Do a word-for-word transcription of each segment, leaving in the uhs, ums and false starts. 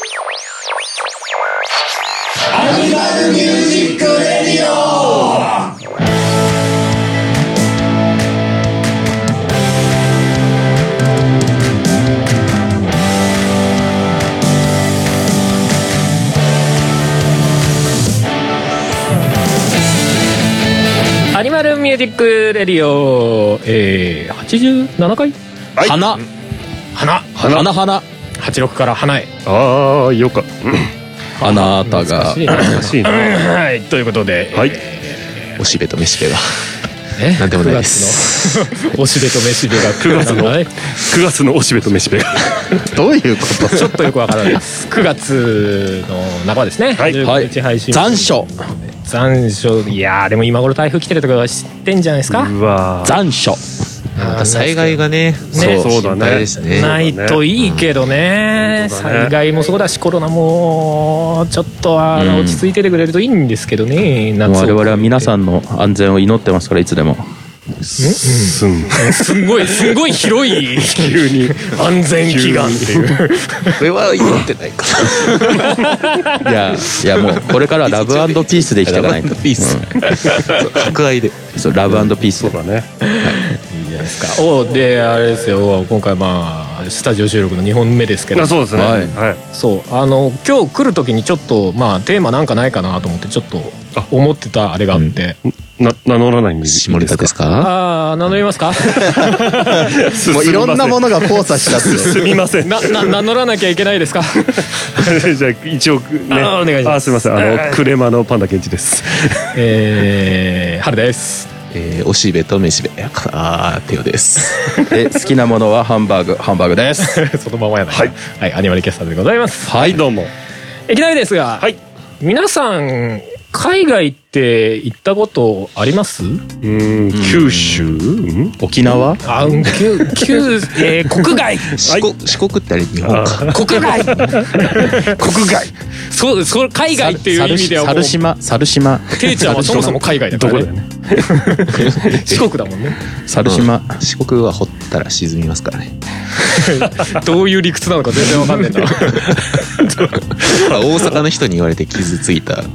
アニマルミュージックレディオ。アニマルミュージックレディオ、えー、はちじゅうななかい、 はい、 花花花花はちじゅうろくから花へ。 ああよかあなたが難しいなはい、ということで、 はい、 えおしべとめしべがー、 なんでもないです。 くがつのおしべとめしべがくがつのくがつのおしべとめしべがどういうことちょっとよくわからないです。くがつの半ばですね。 はい、 じゅうごにち配信。 残暑残暑、いやーでも今頃台風来てるとか知ってんじゃないですか。 うわ残暑また災害がね、 ね、 そうだね、 心配ですね。 ないといいけどね、 うん、 災害もそうだしコロナもちょっとは落ち着いててくれるといいんですけどね、 うん、 夏我々は皆さんの安全を祈ってますから、いつでも。 すんすごいすごい広い急に安全祈願っていう。 これは祈ってないかいやいや、もうこれからはラブ&ピースで生きていかないと。 ラブ&ピース、うん、博愛で、 そうラブ&ピース。 そうだね、はい、 いいじゃないですか。おであれですよ、今回まあスタジオ収録のにほんめですけど、 あ、そうですね、はい、はい、 そうあの今日来る時にちょっとまあテーマなんかないかなと思ってちょっと思ってたあれがあって、 うん、な名乗らないんで下ネタですか。 ああ、名乗りますか。 もういろんなものが交差しちゃってすみません。 なな名乗らなきゃいけないですか。 じゃあ一応ね、 あお願いします。 あ、すみません、あのクレマのパンダケンチです。 えー、春です。 えー、おしべとめしべ、あーテオです。 で好きなものはハンバーグハンバーグです。 そのままやない。 はい、 はい、アニマルキャスターでございます。 はい、どうも。 いきなりですが、 はい、 皆さん海外って行ったことあります？ うん、九州、うん、 沖縄、 あ、うん、九九、えー、国外。 四国、四国ってあれ日本か。 国外。国外。そう、そう、海外っていう意味ではもう猿島猿島。 ケイちゃんはそもそも海外だからね。どこだよね。四国だもんね。 猿島、 うん、四国は掘ったら沈みますからね。 どういう理屈なのか全然わかんないんだ。 大阪の人に言われて傷ついた。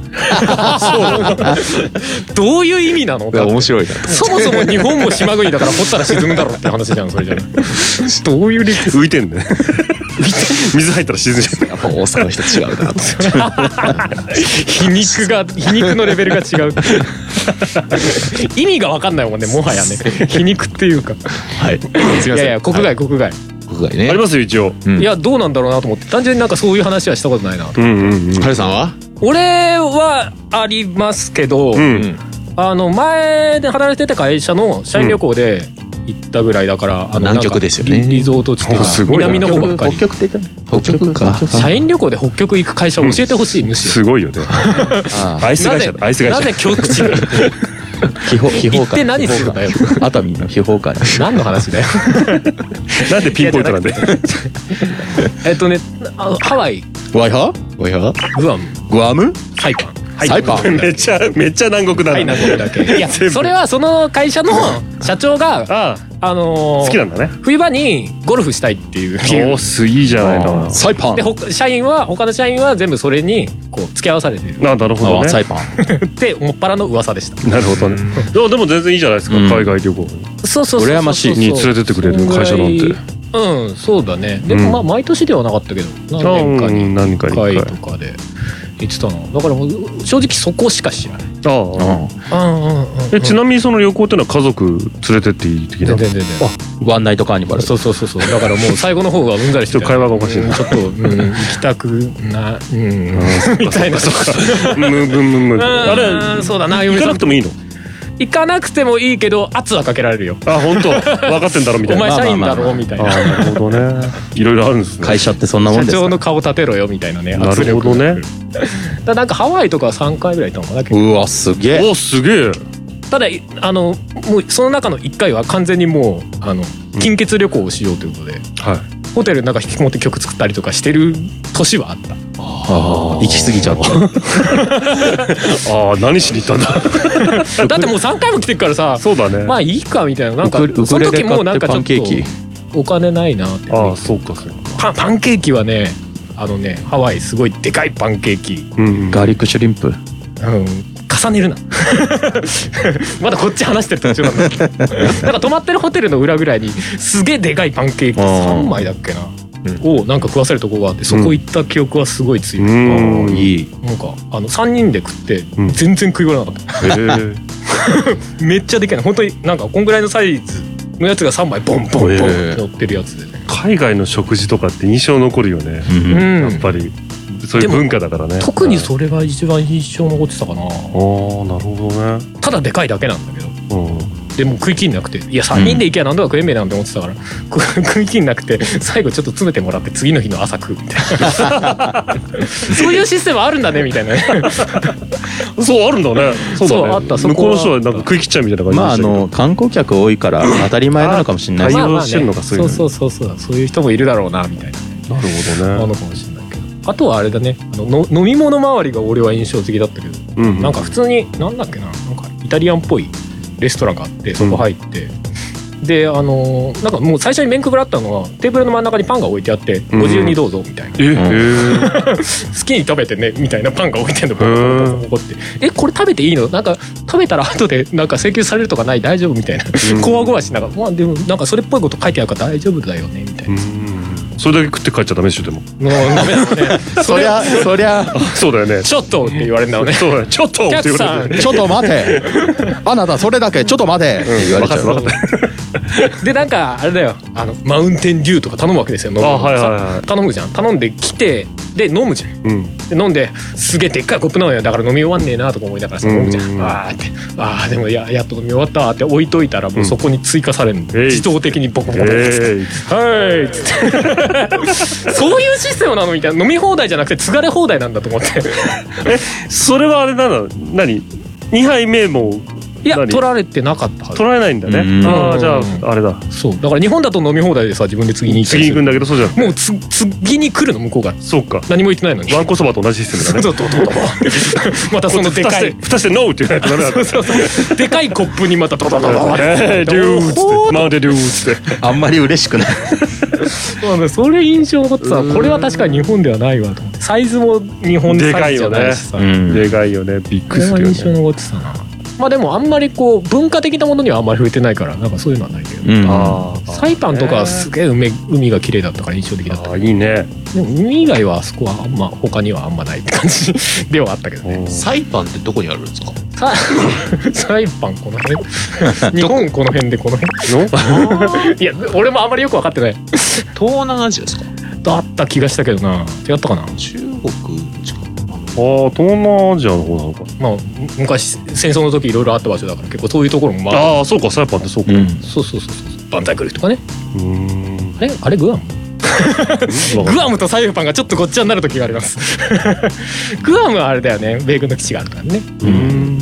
どういう意味なの？ 面白いな。 そもそも日本も島国だから掘ったら沈むだろうって話じゃん、それじゃ。どういう理屈？ 浮いてんね。水入ったら沈んじゃう。 やっぱ大阪の人違うなと思って。 皮肉が皮肉のレベルが違う。意味がわかんないもんね、もはやね。皮肉っていうか。 はい。 いやいや、国外国外。 国外ね。 ありますよ一応。 いや、どうなんだろうなと思って、単純になんかそういう話はしたことないなと。 うんうんうん。 ハルさんは？ 俺はありますけど、 うん、 あの前で働いてた会社の社員旅行で行ったぐらいだから、うん、あの南極ですよね。 リゾート地っていうか南の方ばっかり。 北極って言ったの？北極か。 社員旅行で北極行く会社を教えてほしい、むしろ。 すごいよね。アイス会社だ、アイス会社。 なぜ極地に秘宝秘宝行って何するんだよ。 熱海の秘宝館。 何の話だよ。 なんでピンポイントなんで。 えっとね、ハワイ、 ワイハワイハグアム、 グアム、 サイパン、 サイパン。 めっちゃめっちゃ南国だな。 はい、南国だけ。いや、それはその会社の社長が、 ああの好きなんだね。 冬場にゴルフしたいっていう。 おお、すいいじゃないの。 サイパン。 で、他社員は他の社員は全部それにこう付き合わされてる。 あ、なるほどね。 サイパン。 ってもっぱらの噂でした。 なるほどね。でもでも全然いいじゃないですか、海外旅行。 そうそうそう。 羨ましいに連れてってくれる会社なんて。 うん、そうだね。でもまあ毎年ではなかったけど、何年かに何かにいっかいとかで行ってたな。だからもう正直そこしか知らない。 ああ。 うんうんうん。 え、ちなみにその旅行ってのは家族連れてっていい的な。 全然全然。 ワンナイトカーニバル。 そうそうそうそう。だからもう最後の方がうんざりして。 ちょっと会話がおかしいな。 ちょっとうん行きたくなうんみたいな。 むむむむ。あれそうだな。 行かなくてもいいの？ 行かなくてもいいけど圧はかけられるよ。 あ、本当。分かってんだろみたいな。 お前社員だろみたいな。 あ、なるほどね。いろいろあるんですね。 会社ってそんなもんですか。 社長の顔立てろよみたいなね。 なるほどね。 だなんかハワイとかさんかいぐらい行ったのかな。 うわ、すげえ。 お、すげえ。 ただあのもうその中のいっかいは完全にもうあの金欠旅行をしようということで、 はい。 ホテルの中引きこもって曲作ったりとかしてる年はあった。 ああ、行き過ぎちゃった。 ああ、何しに行ったんだ。 だってもうさんかいも来てるからさ。 そうだね。 まあいいかみたいな。なんかその時もうなんかちょっとお金ないなって。 ああ、そうかそうか。 パンパンケーキはねあのねハワイすごいでかいパンケーキ、 うんガーリックシュリンプ。 うん、重ねるなまだこっち話してる途中なんだなんか泊まってるホテルの裏ぐらいにすげえでかいパンケーキさんまいだっけな、うん、をなんか食わせるとこがあって、そこ行った記憶はすごい強い、 うんうん、いい。 なんかあのさんにんで食って全然食い終わらなかった、 へーめっちゃでかいの本当になんかこんぐらいのサイズのやつがさんまいボンボンボンって乗ってるやつでね、 海外の食事とかって印象残るよね、 うんうんやっぱりそういう文化だからね。 特にそれが一番印象残ってたかな。 ああなるほどね。 ただでかいだけなんだけど、 うんでも食い切んなくて、いやさんにんで行けば何とか食えんべえなんて思ってたから、うん、食い切んなくて最後ちょっと詰めてもらって次の日の朝食うみたいなそういうシステムあるんだねみたいなねそうあるんだね。そうだね。 そうあったそ向こうこはの人はなんか食い切っちゃうみたいな感じまああでしたけど。 の観光客多いから当たり前なのかもしれないです。 対応してるのかそういうのそうそうそうそうそういう人もいるだろうなみたいな、 なるほどね。 あのかもしれないけど、あとはあれだね、あのの飲み物周りが俺は印象的だったけど、 うんなんか普通になんだっけな、なんかイタリアンっぽいレストランがあってそこ入って、うん、であのー、なんかもう最初に面くぐらったのはテーブルの真ん中にパンが置いてあってご自由にどうぞみたいな、 ええー、 好きに食べてねみたいなパンが置いてんのボコボコボコってえこれ食べていいの、なんか食べたら後でなんか請求されるとかない大丈夫みたいな、うん、こわごわしながら、まあでもなんかそれっぽいこと書いてあるから大丈夫だよねみたいな、 うんそれだけ食って帰っちゃダメでしょでも。 もうダメだもんねそりゃそりゃそうだよね。 ちょっとって言われるんだろうねそうだね。ちょっとおって客さん言われて。 ちょっと待てあなたそれだけちょっと待てって言われちゃう。 分かった分かっでなんかあれだよ、あのマウンテンデューとか頼むわけですよ飲むのあはいはいはい頼むじゃん、頼んで来てで飲むじゃん、 うんで飲んですげえでっかいコップなのよ、だから飲み終わんねえなとか思いながらさ飲むじゃん、 うんあーってあーでもややっと飲み終わったわって置いといたらもうそこに追加されるの、 うん自動的にボコボコボコって、 えはいっつってそういうシステムなのみたいな、飲み放題じゃなくて継がれ放題なんだと思ってえそれはあれなの何にはいめもいや何取られてなかったはず取られないんだね。 うんああじゃああれだそうだから日本だと飲み放題でさ自分で次に行ったりする次行くんだけどそうじゃなくてもうつ次に来るの向こうがそうか何も言ってないのにワンコそばと同じシステムだね。 そうそうそうそうまたそのでかい蓋してノーって言わないとダメだそうそうそうでかいコップにまたドドドドドえーデューっつってマウンテンデューっつってあんまり嬉しくない。 そうねそれ印象残ってさ、これは確かに日本ではないわと思って、サイズも日本サイズじゃないしさ、 うんでかいよねびっこれはくりするよね。 印象残ってたな。まあでもあんまりこう文化的なものにはあんまり触れてないからなんかそういうのはないけど、 うんあーサイパンとかはすげえ海海が綺麗だったから印象的だったあーいいね。 でも海以外はあそこはあんま他にはあんまないって感じではあったけどね。 うんサイパンってどこにあるんですか？ ササイパンこの辺日本この辺でこの辺のいや俺もあんまりよく分かってない東南アジアですか？ だった気がしたけどな、違ったかな。 中国近く。 ああ東南アジアの方なのか。 まあ昔戦争の時いろいろあった場所だから結構そういうところもまあああそうかサイパンってそうか。 ううんそうそうそうそうバンザイクルフとかね。 ーんあれあれグアムグアムとサイパンがちょっとごっちゃになる時がありますグアムはあれだよね、米軍の基地があるからね。 うーん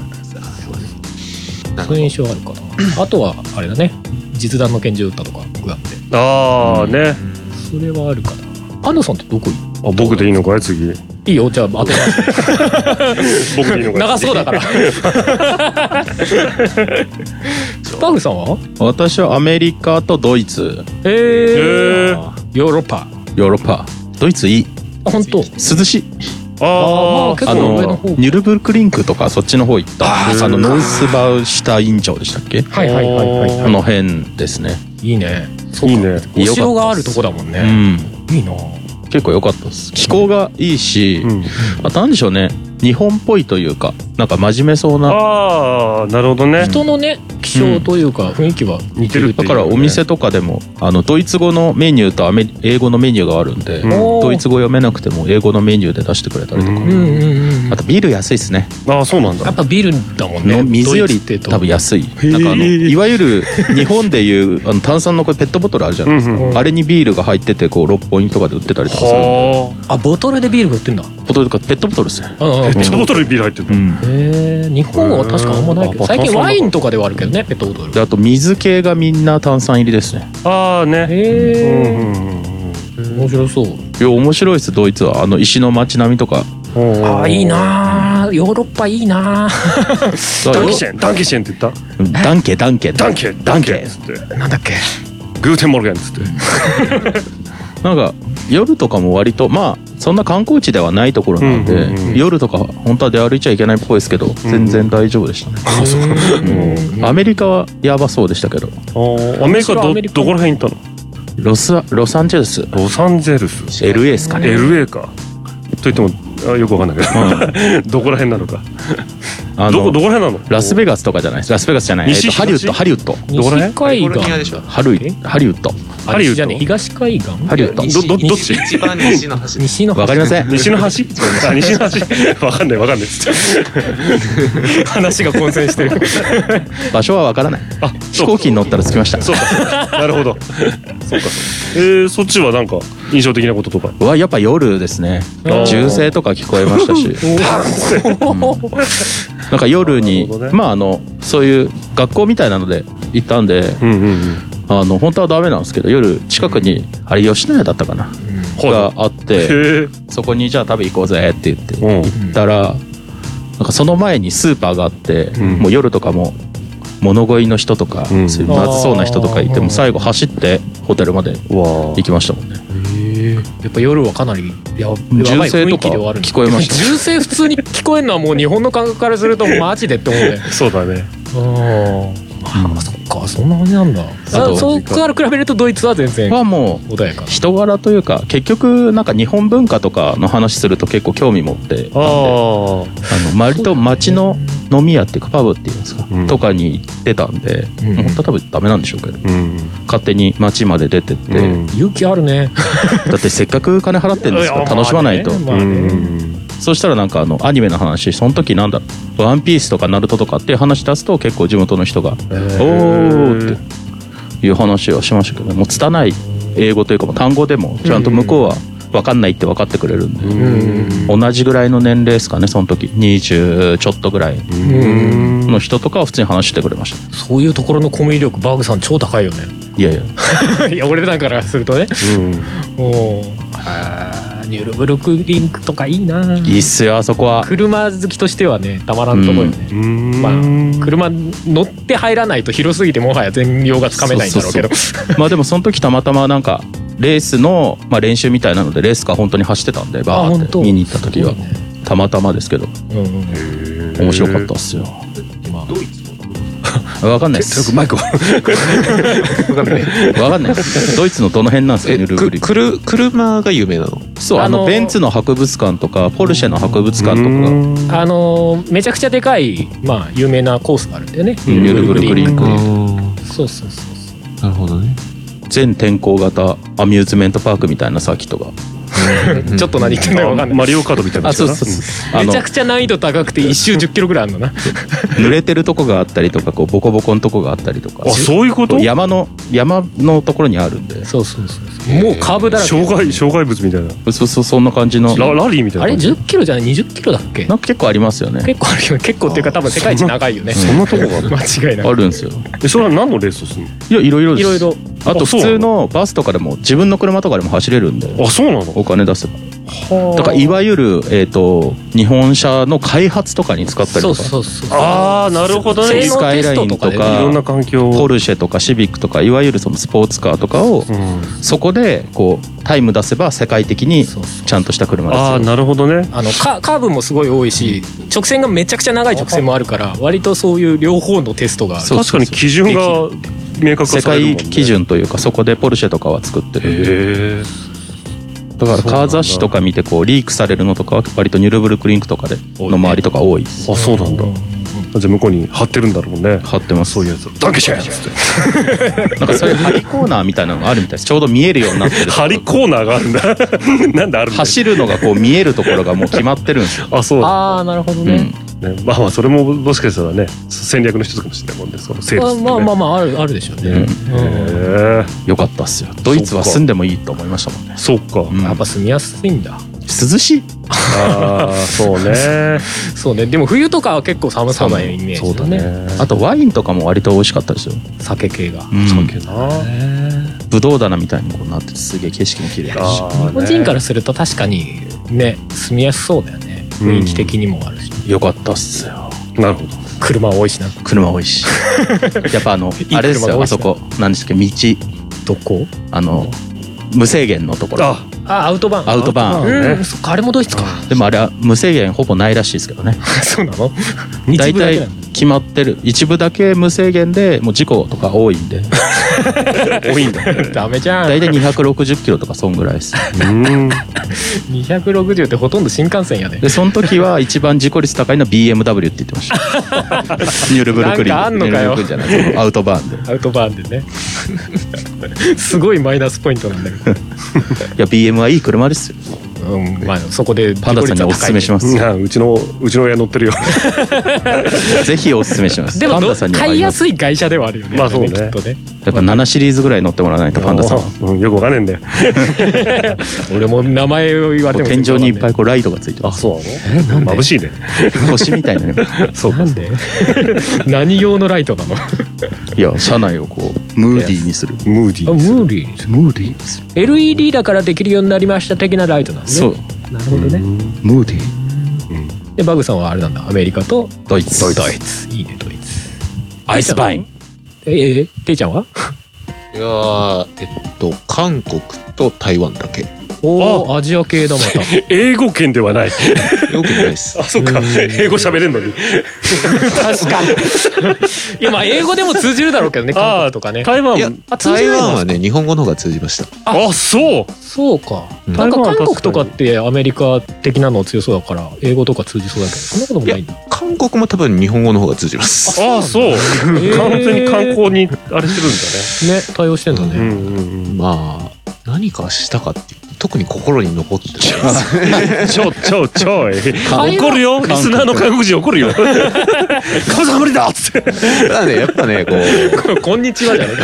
そういう印象あるかな。あとはあれだね、実弾の拳銃撃ったとかグアムで、 ああね。 それはあるかな。アンドソンってどこいあ僕でいいのかい次。 いいよ、じゃあ当て僕でいいのかい。 長そうだからパグさんは私はアメリカとドイツ、 えー、 へーヨーロッパ。 ヨーロッパ。ドイツいい。 あ本当。 涼しい。 あーまああ結あの構上の方ニュルブルクリンクとかそっちの方行った。 あーそっかあのノースバウシュタイン城でしたっけ？ はいはいはいはい、 この辺ですね。 いいね。そうかいいね。 お城があるとこだもんうね。 ん。 いいな。 結構良かったです。気候がいいし、 うんあとなんでしょうね。日本っぽいというか、なんか真面目そうな。 ああなるほどね。 人のね気象というか雰囲気は似てるっていうね。 だからお店とかでもあのドイツ語のメニューとアメリ英語のメニューがあるんで、 うんドイツ語読めなくても英語のメニューで出してくれたりとか、 うんうんうんうん。 あとビール安いですね。 ああそうなんだやっ。ぱビールだもんね。 の水よりドイツってと多分安い。 ーなんかあのいわゆる日本でいうあの炭酸のこれペットボトルあるじゃないですか。 うんうんあれにビールが入っててこうろっぽんとかで売ってたりとかするんで、 はあボトルでビールが売ってんだ。 ボトルとかペットボトルですね。 うんうんあ。ペットボトルにビール入ってるの。 うん。 へえ、日本は確かあんまないけど、 へー最近ワインとかではあるけどね、ペットボトル。 であと水系がみんな炭酸入りですね。 ああね。うんへえ、 うんうん面白そう。 いや面白いですドイツはあの石の街並みとか。 うん。 ああいいなー、ヨーロッパいいなー。 ダンケシェンダンケシェンって言った。 ダンケダンケダンケダンケっつって。 なんだっけ。 グーテンモルゲンっつって。 なんか夜とかも割とまあそんな観光地ではないところなんで、 うんうんうん、 夜とか本当は出歩いちゃいけないっぽいですけど、全然大丈夫でしたね。 あ、そうか。 うん、アメリカはやばそうでしたけど。 あ、アメリカ ど, どこら辺行ったの？ ロスロサンゼルス。 ロサンゼルス。 エルエー ですかね。 エルエー か。と言ってもあよくわかんないけど、うん、どこら辺なのか。 あのどこどこら辺なの？ ラスベガスとかじゃないです。ラスベガスじゃない。えっと、ハリウッドハリウッド。 どこら辺？ 西海岸でしょ。 ハリウッドハリウッド。 ハリウッドじゃね、東海岸？ ハリウッド。 どどどっち？ 一番西の端。 西の端。 わかりません。 西の端？あ、西の端。わかんないわかんない。 話が混戦してる。 場所はわからない。 あ、 飛行機に乗ったら着きました。 そうか。なるほど。そうか。えー、そっちはなんか印象的なこととか。 はやっぱ夜ですね。銃声とか聞こえましたし。うん、なんか夜に、ね、まああのそういう学校みたいなので行ったんで、うんうんうん、あの本当はダメなんですけど、夜近くにあれ吉野家だったかな、うん、があって、そこにじゃあ食べ行こうぜって言って行ったら、うん、なんかその前にスーパーがあって、うん、もう夜とかも物乞いの人とか、うん、そういうまずそうな人とかいて、も最後走ってホテルまで行きましたもんね。 やっぱ夜はかなりやばい雰囲気ではある。 聞こえました。 銃声普通に聞こえるのはもう日本の感覚からするとマジでって思うね。 そうだね。 ああ、そっか、そんな感じなんだ。あ、そこから比べるとドイツは全然はもう穏やか。 人柄というか、結局なんか日本文化とかの話すると結構興味持ってたんで、あの割と街の飲み屋っていうかパブっていうんですか、うん、とかに行ってたんで、うん、本当は多分ダメなんでしょうけど、うん、勝手に街まで出てって、うん、 勇気あるね。 だってせっかく金払ってるんですから楽しまないと。まあねまあね、うん、そしたらなんかあのアニメの話、その時なんだワンピースとかナルトとかっていう話出すと結構地元の人がおーっていう話をしましたけど、もう拙い英語というか単語でもちゃんと向こうは分かんないって分かってくれるんで、うん、同じぐらいの年齢ですかね、その時にじゅうちょっとぐらいの人とかは普通に話してくれました。 そういうところのコミュ力バーグさん超高いよね。 いやいやいや俺らからするとね、うん、おニュルブルクリンクとかいいな。いいっすよあそこは。 車好きとしてはねたまらんところよね、うん、まあ車乗って入らないと広すぎてもはや全容がつかめないんだろうけど、そうそうそうまあでもその時たまたまなんかレースの、まあ、練習みたいなのでレースカー本当に走ってたんでバーって見に行った時は、ね、たまたまですけど、うんうん、面白かったっすよ。まあドイツわかんないです。 マイクわかんない。 わかんない。ドイツのどの辺なんですか。ニュルブルクル車が有名なの？ そう、あのベンツの博物館とかポルシェの博物館とか、あのめちゃくちゃでかいまあ有名なコースがあるんだよね。 ニュルブルクリンク。 そうそうそうそう。なるほどね。 全天候型アミューズメントパークみたいなサーキットが。 ちょっと何言ってんのか分かんない。 マリオカートみたいな。 あ、そうそうそう。めちゃくちゃ難易度高くて一周じゅっキロぐらいあるのな。 濡れてるとこがあったりとか、こうボコボコのとこがあったりとか。 あ、そういうこと？ 山の山のところにあるんで。 そうそうそうそう。もうカーブだらけ。 障害障害物みたいな。 そうそう、そんな感じの。 ラ, ラリーみたいな。 あれじゅっキロじゃないにじゅっキロだっけ？ なんか結構ありますよね。 結構あるよ。結構っていうか多分世界一長いよね。 そんなとこがある。 間違いない。 あるんですよ。 え、それは何のレースをするの？ いや、いろいろです。 いろいろ。 あと普通のバスとかでも自分の車とかでも走れるんで。 あ、そうなの？ お金出せば。だからいわゆる、えー、と日本車の開発とかに使ったりとか。 そうそうそう。 ああ、なるほどね。 スカイラインとかいろんな環境、 ポルシェとかシビックとかいわゆるそのスポーツカーとかを、うん、そこでこうタイム出せば世界的にちゃんとした車ですよ。 ああ、なるほどね。 あのカカーブもすごい多いし、直線がめちゃくちゃ長い直線もあるから割とそういう両方のテストがある。 確かに基準が明確化されるもんね。 世界基準というかそこでポルシェとかは作ってるんで。へー。だからカー雑誌とか見てこうリークされるのとかは割とニュルブルクリンクとかでの周りとか多いです。 あ、そうなんだ。じゃあ向こうに貼ってるんだろうね。 貼ってます。 そういうやつ。ダンケシェーってなんかそういうハリコーナーみたいなのがあるみたいです。ちょうど見えるようになってる。 ハリコーナーがあるんだ。なんであるんだ。 走るのがこう見えるところがもう決まってるんですよ。 あ、そう。 ああ、なるほどね。 うん、ね、まあまあそれももしかしたらね戦略の一つかもしれないもんね。そのセールスってね。 まあまあまああるあるでしょうね。うん、 へよかったっすよ。ドイツは住んでもいいと思いましたもんね。 そうか。 うん、やっぱ住みやすいんだ。 涼しい。 ああ、そうね。 そうね。でも冬とかは結構寒そうなイメージ、ね。 そうだね。 あとワインとかも割と美味しかったですよ。 酒系が。 うん、 酒な。 ブドウ棚みたいにこうなっててすげえ景色も綺麗だし。 日本人からすると確かにね住みやすそうだよね。雰囲気的にもあるし。 うん、よかったっすよ。 なるほど。 車多いしな。 車多いし。やっぱあのあれですよ、あそこ何でしたっけ、道。 どこ？ あの無制限のところ。 ああ、アウトバーン。 アウトバーンうん、 ねそっか、あれもドイツか。 でもあれは無制限ほぼないらしいですけどね。 そうなの？ 大体一部だけなの決まってる、一部だけ無制限でもう事故とか多いんで多いんだ。 ダメじゃん。 大体にひゃくろくじゅっキロとかそんぐらいです。 うんにひゃくろくじゅうってほとんど新幹線やで。 でその時は一番事故率高いのは ビーエムダブリュー って言ってましたニュルブルクリンなんかあんのかよニュルブルクリンじゃないそのアウトバーンで。 アウトバーンでね。すごいマイナスポイントなんだけど。 いや ビーエム はいい車ですよ。 うん、まあそこでパンダさんにおすすめしますす。 なあうちのうちの親乗ってるよ。 ぜひおすすめします。 でもパンダさんには買いやいすい会社ではあるよね。 まあそうねきっとね。 やっぱななシリーズぐらい乗ってもらわないとパンダさんは。 うんよくわかんねえんだよ。 俺も名前を言われても天井にいっぱいこうライトがついてあます。 そうなの？眩しいね。 星みたいなね。 そうなんで何用のライトなの？ いや車内をこうムーディーにする。 ムーディー。 あ、ムーディー。 ムーディーにする。 エルイーディー だからできるようになりました的なライトなんですね。 そう。 なるほどね。 ムーディー。 でバグさんはあれなんだ、アメリカとドイツ。 ドイツ。いいね、ドイツ。 アイスバイン。 えええ、ていちゃんは？ いやーえっと韓国と台湾だけ。 おお、アジア系だまた。 英語圏ではない。 よくないですあ、そっか。英語喋れんのに。 確かに。いやまあ英語でも通じるだろうけどね、韓国とかね。 台湾いやあ通じ台ないの湾はね日本語の方が通じました。 あ、そう。 そうか。 うんなんか台湾は韓国とかってアメリカ的なの強そうだから英語とか通じそうだけど、そんなこともないんだ。 韓国も多分日本語の方が通じます。 あ、そう。完全に観光にあれしてるんだね。 ね、対応してんだね。 うんうんうん。 まあ何かしたかっていう特に心に残ってるんですちょちょちょい会話怒るよリスナーの韓国人怒るよカズハ無理だっつってだからねやっぱねこうこんにちはじゃない。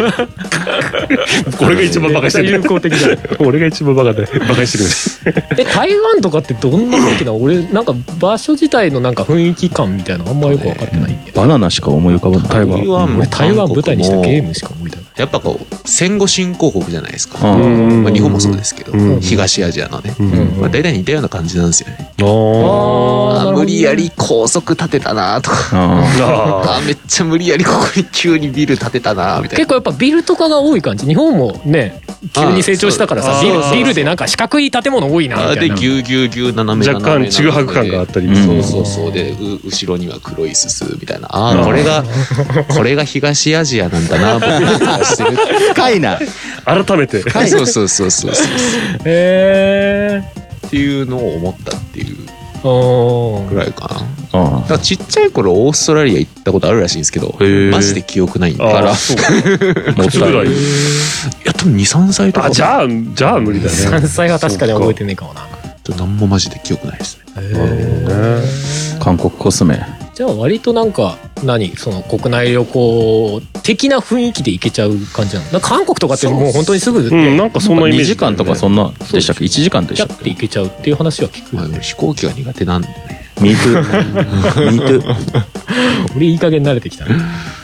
これが一番バカして有る効的じゃない。 俺が一番バカでバカしてるえ、台湾とかってどんな雰囲気なの？俺なんか場所自体のなんか雰囲気感みたいなのあんまよく分かってないんで。 バナナしか思い浮かばない。 台湾台湾も俺台湾舞台にしたゲームしか思い出ない。 やっぱこう戦後新興国じゃないですか、 うんまあ、日本もそうですけど、 うん東アジアのね、 うんうんまあ、大体似たような感じなんですよね。 ああーあ無理やり高速建てたなとかあああめっちゃ無理やりここに急にビル建てたなみたいな。 結構やっぱビルとかが多い感じ。日本もね急に成長したからさ、ビルあそうそうビルでなんか四角い建物多いなあみたいな。 でぎゅうぎゅうぎゅう斜め若斜め干ちぐはぐ感があったりうんそうそうそうでう後ろには黒いすすみたいなあうんーこれがこれが東アジアなんだな僕がしてる深いな。 改めてそうそうそうそうそうへっていうのを思ったっていうー。 ぐらいかな。 あだからちっちゃい頃オーストラリア行ったことあるらしいんですけどへーマジで記憶ないんであらそうもったいないいいや多分にさんさいとかあじゃあじゃあ無理だね山菜は確かに覚えてねえかもな。 何もマジで記憶ないですね。 ね韓国コスメ。 じゃあ割となんか何その国内旅行的な雰囲気で行けちゃう感じなの？なんか韓国とかってもう本当にすぐうんなんかそんなイメージにじかんとかそんなでしたっけ？いちじかんでしキャたっけ？ って行けちゃうっていう話は聞くまあよね。 飛行機が苦手なんでね。 ミートゥー。ミートゥー。 俺いい加減慣れてきたね。 はい。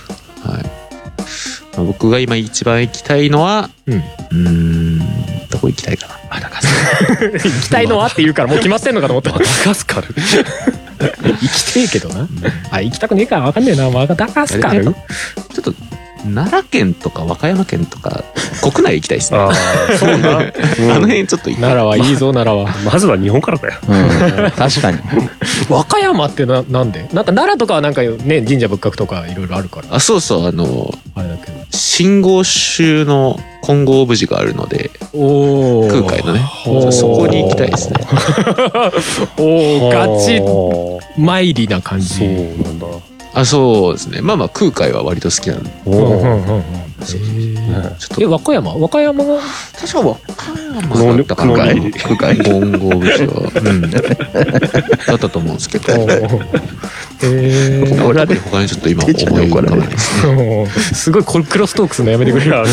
まあ、僕が今一番行きたいのはうん。 うーんどこ行きたいかな。マダガスカル。 行きたいのはって言うからもう決まってんのかと思った。 マダガスカル行きてえけどな。あ、行きたくねえから分かんねえな。マダガスカルちょっと奈良県とか和歌山県とか国内行きたいですね。 ああそうな、うんあの辺ちょっと行きたい。 奈良はいいぞ、奈良は。 まずは日本からだようん。確かに。 和歌山ってな、なんでなんか奈良とかはなんかね、神社仏閣とかいろいろあるから。 あそうそうあのあれだけど。 信号宗の金剛無事があるのでお空海のねおーそこに行きたいですね。 おー、ガチはあ参りな感じ。 そうなんだあそうですねまあまあ空海は割と好きなんでうんうんおーうんうん。 そうへちょっとえ、和歌山和歌山が確か和歌山だったかな空海空海金剛無事は、うん、だったと思うんですけどえ俺は他にちょっと今思い浮かばないですね。 ー、すごいこれクロストークするのやめてくれよ。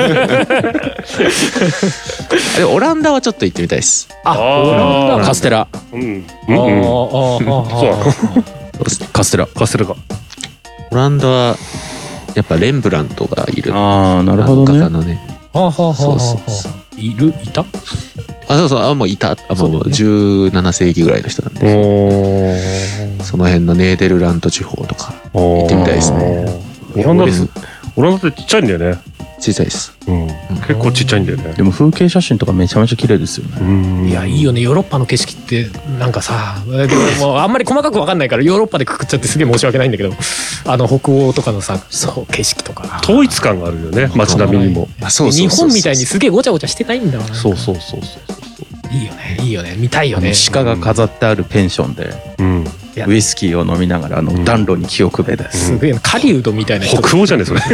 あでもオランダはちょっと行ってみたいです。 あ、オランダカステラ。 うんうんあーあーあーそうなのそうですねカステラ。 カステラかオランダはやっぱレンブラントがいるああ、なるほど画家ね。 のねはあはあはあそうはそうそあ。いるいた？ あそうそうあもういたあもうそうだよねじゅうなな世紀ぐらいの人なんでおーその辺のネーデルラント地方とか行ってみたいですね。 オランダですオランダってちっちゃいんだよねち小さいです。 うん、結構ちっちゃいんだよね。 でも風景写真とかめちゃめちゃ綺麗ですよね。 うん、 いやいいよねヨーロッパの景色ってなんかさでももうあんまり細かく分かんないからヨーロッパでくくっちゃってすげえ申し訳ないんだけどあの北欧とかのさそう景色とか統一感があるよね街並みにも。 あそうそうそうそう日本みたいにすげえごちゃごちゃしてないんだわな。 そうそうそうそういいよねいいよね見たいよね。 鹿が飾ってあるペンションで、 うん、 ウイスキーを飲みながらあの暖炉に気をくべて、 すげえな狩人みたいな人北欧じゃねそれ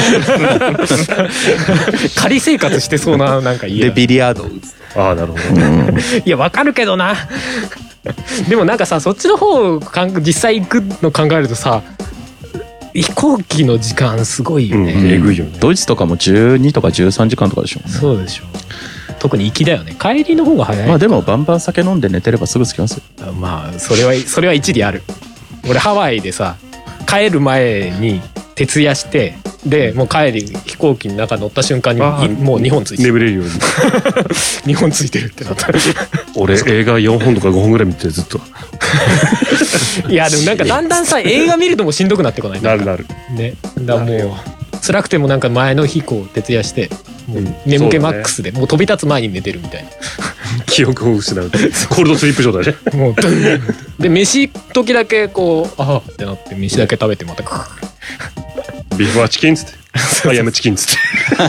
仮生活してそうななんか家でビリヤードを打つ。 ああなるほど、 いやわかるけどなでもなんかさそっちの方実際行くの考えるとさ飛行機の時間すごいよね、 うん、えぐいよね。 ドイツとかもじゅうにとかじゅうさんじかんとかでしょうね。 そうでしょ。特に行きだよね。帰りの方が早い。 まあでもバンバン酒飲んで寝てればすぐ着きますよ。 まあそれはそれは一理ある。俺ハワイでさ帰る前に徹夜してでもう帰り飛行機の中乗った瞬間にもうにほんついてる。 眠れるようににほんついてるってなった俺映画よんほんとかごほんぐらい見てずっといやでもなんかだんだんさ映画見るともしんどくなってこない。 なるなるね。だからもう辛くてもなんか前の日こう徹夜してもう眠気マックスでもう飛び立つ前に寝てるみたいな記憶を失うコールドスリップ状態ねもうドゥンで飯時だけこうあーってなって飯だけ食べてまたクービーフはチキンっつってアイアムチキンっつって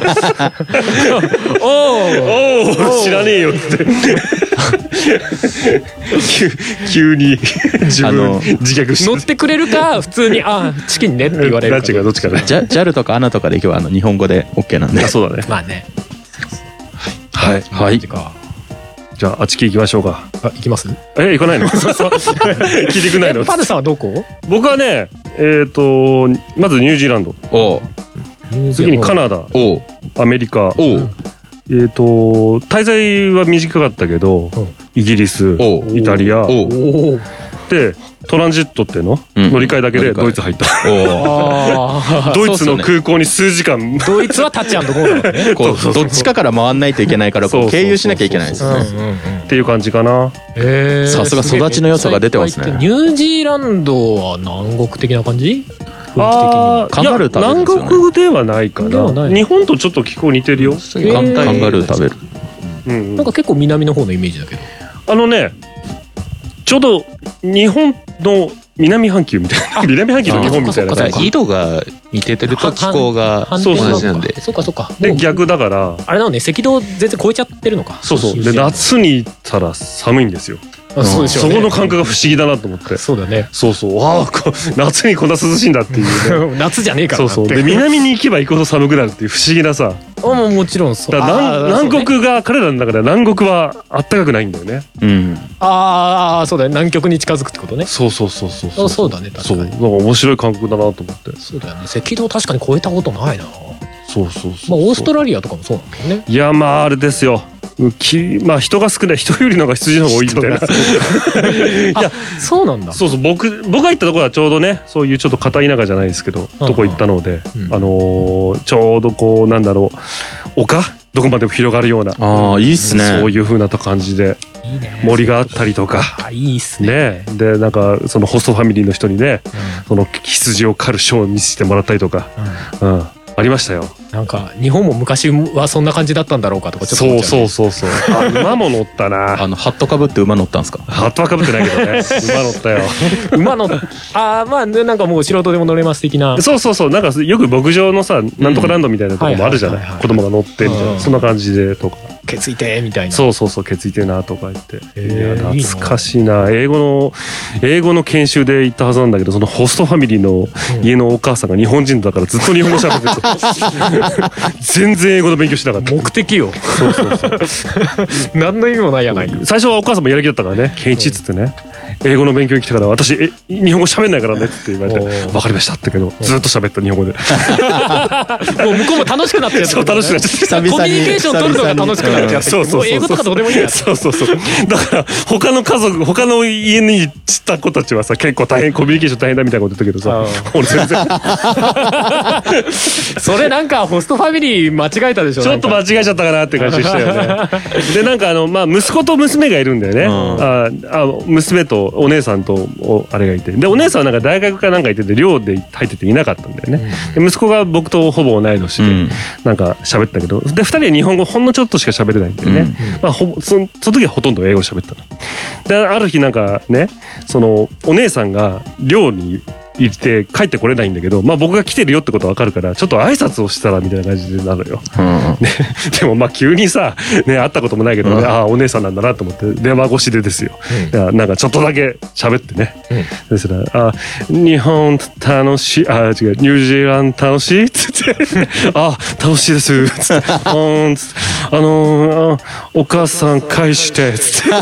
おーおお知らねえよっつって急に自分自虐して乗ってくれるか普通にあチキンねって言われるかどっちかどっちかね。 ジャ ジャル とかアナとかで行けばあの日本語で OK なんで。 あそうだね。 まあねはいはい。 じゃああちき行きましょうか。 あ行きますえ行かないの聞いてくんないの。 パルさんはどこ？ 僕はねえっとまずニュージーランド、 おう次にカナダ、 おうアメリカ、 おうえっと滞在は短かったけどイギリス、 おうイタリアおうおおでトランジットっていうの、 うん乗り換えだけで乗り換えドイツ入った。 あドイツの空港に数時間ードイツはタッチアンドゴーだねこうどっちかから回んないといけないからこう経由しなきゃいけないですよね。 っていう感じかな。 へーさすが育ちの良さが出てますねニュージーランドは南国的な感じ？ あカンガルー食べるん南ですよね国ではないかな。 ではない日本とちょっと気候似てるよ。 ーカンカンガルー食べる。 うんうんなんか結構南の方のイメージだけど。 あのねちょうど日本の南半球みたいな南半球の日本みたいな感じ緯度が似ててると気候が同反転じなんで。 そうかそうか。 でもう逆だからあれなのね赤道全然超えちゃってるのか。 そうそうで夏に行ったら寒いんですよ。 あそうでしょね。 そうこの感覚が不思議だなと思って。 そうだね。 そうそうああこ夏にこんな涼しいんだっていうね夏じゃねえからそうなって。 そうで南に行けば行くほど寒くなるっていう不思議なさ。 あもうもちろんそう。 だから南あー南国が彼らの中では南国はあったかくないんだよね。 うん。 ああそうだね南極に近づくってことね。 そうそうそうそうあそうだね確かに。 そうなんか面白い感覚だなと思って。 そうだよね赤道確かに超えたことないな。 そうそうそうまあオーストラリアとかもそうなんだよね。 いやまああれですよきまあ人が少ない人よりのが羊の方が多いみたいな。いやそうなんだ。 そうそう僕僕が行ったところはちょうどねそういうちょっと片田舎じゃないですけどとこ行ったので、 うんあのーちょうどこうなんだろう丘どこまでも広がるようなああいいっすね。 そういう風な感じでいいね。 森があったりとか。 あいいっすね。 ね、でなんかそのホストファミリーの人にねその羊を狩るショーを見せてもらったりとか、 うんうん、ありましたよ。 なんか日本も昔はそんな感じだったんだろうかとかちょっと思そうっちゃそうそうそうあ馬も乗ったな。 あのハットかぶって馬乗ったんですか。 ハットはかぶってないけどね馬乗ったよ。 う馬のあーまあねなんかもう素人でも乗れます的な。 そうそうそうなんかよく牧場のさなんとかランドみたいなとこもあるじゃない、 はいはいはいはい子供が乗ってみたいな、 うんそんな感じでとかケツいてみたいな。 そうそうそうケツいてえなとか言って、 へいやー懐かしいな。英語の英語の研修で行ったはずなんだけどそのホストファミリーの家のお母さんが日本人だからずっと日本語喋ってて全然英語の勉強してなかった。 目的よ。 そうそうそう何の意味もないやないか。 最初はお母さんもやる気だったからねケンイチっつってね英語の勉強に来てから私え日本語喋んないからねって言われておー分かりましたってけどずっと喋った日本語でもう向こうも楽しくなってやってそう楽しくなっちゃってコミュニケーション取るのが楽しくなっちゃってそうそうそうそうもう英語とかどうでもいいや。 そうそうそうだから他の家族他の家に行った子たちはさ結構大変コミュニケーション大変だみたいなこと言ったけどさ俺全然それなんかホストファミリー間違えたでしょ。 ちょっと間違えちゃったかなって感じしたよねでなんかあのまあ息子と娘がいるんだよね、 うんああ娘とお姉さんとおあれがいて、でお姉さんはなんか大学かなんか行ってて寮で入ってていなかったんだよね、で息子が僕とほぼ同い年で、うん、なんか喋ったけど、でふたりは日本語ほんのちょっとしか喋れないんだよね、うん、まあ、ほぼそのその時はほとんど英語喋ったので、ある日なんかね、そのお姉さんが寮に行って帰ってこれないんだけど、まあ僕が来てるよってことは分かるからちょっと挨拶をしたらみたいな感じでなるよ、うんね、でもまあ急にさ、ね、会ったこともないけど、ね、うん、ああお姉さんなんだなと思って電話越しでですよ、うん、いやなんかちょっとだけ喋ってね、うん、そしたらあ日本楽しい、あ違うニュージーランド楽しいっつってあ楽しいですつってあのー、お母さん返してつって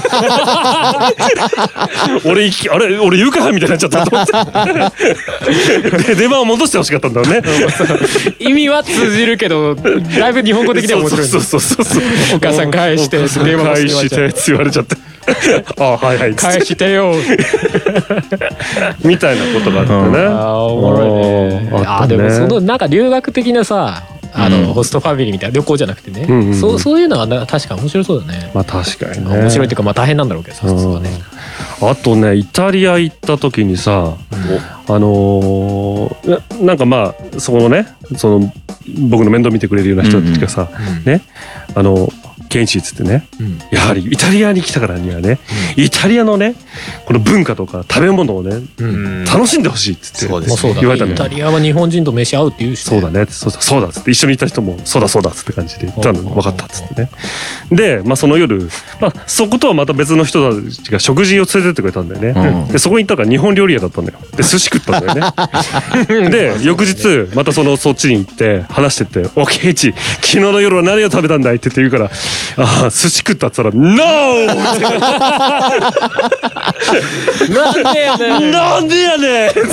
俺あれ俺言うかみたいになっちゃったと思ってで電話を戻してほしかったんだろうね意味は通じるけどだいぶ日本語的には面白い。 そうそうそうそうお母さん返して電話返してって言われちゃってあはいはい返してよみたいなことがあったね、うん、 あおもろいね。あ、ね、あでもそのなんか留学的なさあの、うん、ホストファミリーみたいな旅行じゃなくてね、うんうんうん、そうそういうのは確かに面白そうだね。 まあ確かにね面白いっていうかまあ大変なんだろうけどさ、普通はね。 あとねイタリア行った時にさ、うん、あのー、なんかまあそこのねその僕の面倒見てくれるような人たちがさ、うんうん、ねあのケンチっつってね、うん、やはりイタリアに来たからにはね、うん、イタリアのねこの文化とか食べ物をね、うん、楽しんでほしいっつって言われたの。 イタリアは日本人と飯合うって言うし、ね、 そうだねそうだそうだっつって一緒にいた人もそうだそうだっつって感じで言ったの分かったっつってね。で、まあ、その夜、まあ、そことはまた別の人たちが食事を連れてってくれたんだよね、うん、でそこに行ったから日本料理屋だったんだよ。で寿司食ったんだよねで翌日またそのそっちに行って話してて「おケイチ昨日の夜は何を食べたんだい?」って言うから「ああ寿司食った」っつったら「ノー!」 なんでやねんなんでやねん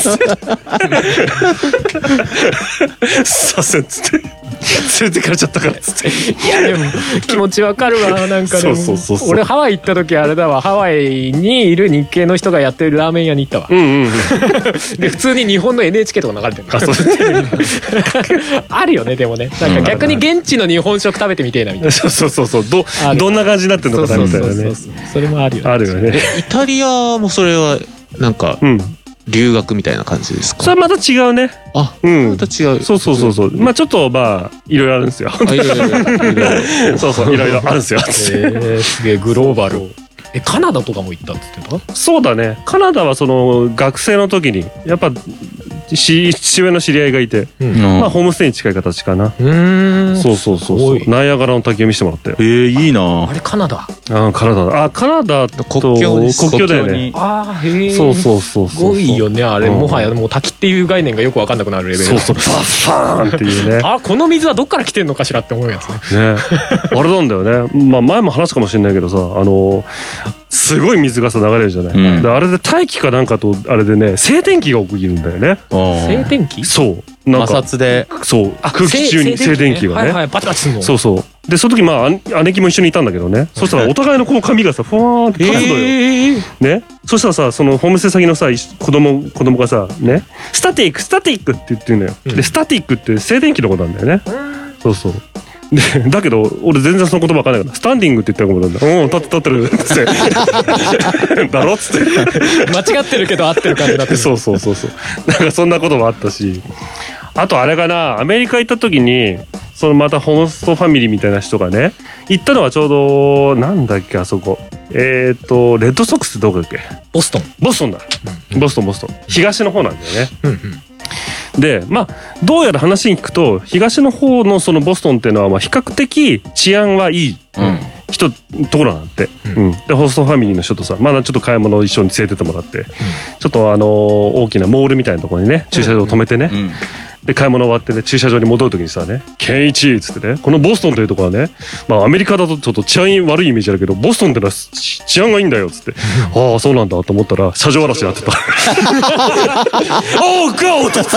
させんっつって連れてかれちゃったからっつって。 いやでも気持ちわかるわ。なんかでもそうそうそうそう俺ハワイ行った時あれだわ、ハワイにいる日系の人がやってるラーメン屋に行ったわ、うんうんうん、で普通に日本の エヌエイチケー とか流れてるあ, そうあるよね。でもねなんか逆に現地の日本食食べてみてえなみたいな、そうそうそうそう ど, どんな感じになってるのかなみたいなね。 それもあるよね。 あるよね。 イタリアもそれはなんか、うん留学みたいな感じですか？ それはまた違うね。 あ、うん、また違う。 そうそうそうそう。まあちょっとまあいろいろあるんですよ。あいろいろそうそういろいろあるんですよ。えー、すげえグローバル。えカナダとかも行ったって言ってた？ そうだね。カナダはその学生の時にやっぱし父親の知り合いがいて、うん、まあホームステイに近い形かな。うんそうそうそうそう。ナイアガラの滝を見せてもらったよ。 えー、いいな。 あれカナダ？ あカナダあカナダと国境です。 国境だよね。 あへえ。 そうそうそうそう。 すごいよねあれ、うん、もはやもう滝っていう概念がよく分かんなくなるレベル。 そうそうバッファーンっていうね。 あこの水はどっから来てんのかしらって思うやつね。 ねあれなんだよね。まあ前も話すかもしれないけどさあのすごい水がさ流れるじゃない、うん、であれで大気かなんかとあれでね静電気が起きるんだよね。 静電気？ そう摩擦でそう空気中に静電気がね、 はいはいバチバチするの。 そうそうでその時まあ姉貴も一緒にいたんだけどね、そしたらお互いのこの髪がさふわーって立つのよ、えー、ねそしたらさそのホームステイ先のさ子供子供がさねスタティックスタティックって言ってるのよ、うん、でスタティックって静電気のことなんだよね、うん、そうそうでだけど俺全然その言葉分かんないからスタンディングって言ったらごめんなんだうん立って立ってるってだろっつって間違ってるけど合ってる感じになってるそうそうそうそうなんかそんなこともあったし、あとあれかなアメリカ行った時にそのまたホストファミリーみたいな人がね行ったのはちょうどなんだっけあそこえっ、ー、とレッドソックスってどこだっけ？ ボストンボストンだ、うん、ボストンボストン東の方なんだよね、うんうんでまあどうやら話に聞くと東の方のそのボストンっていうのはまあ比較的治安はいい、うん人ところなんて、うんうん、でホストファミリーの人とさまだちょっと買い物を一緒に連れてってもらって、うん、ちょっとあのー、大きなモールみたいなところにね駐車場を止めてね、うんうん、で買い物終わってね駐車場に戻る時にさねケンイチっつってねこのボストンというところはねまあアメリカだとちょっと治安悪いイメージあるけどボストンってのは治安がいいんだよっつってああそうなんだと思ったら車上荒らしになってたおーゴーっつ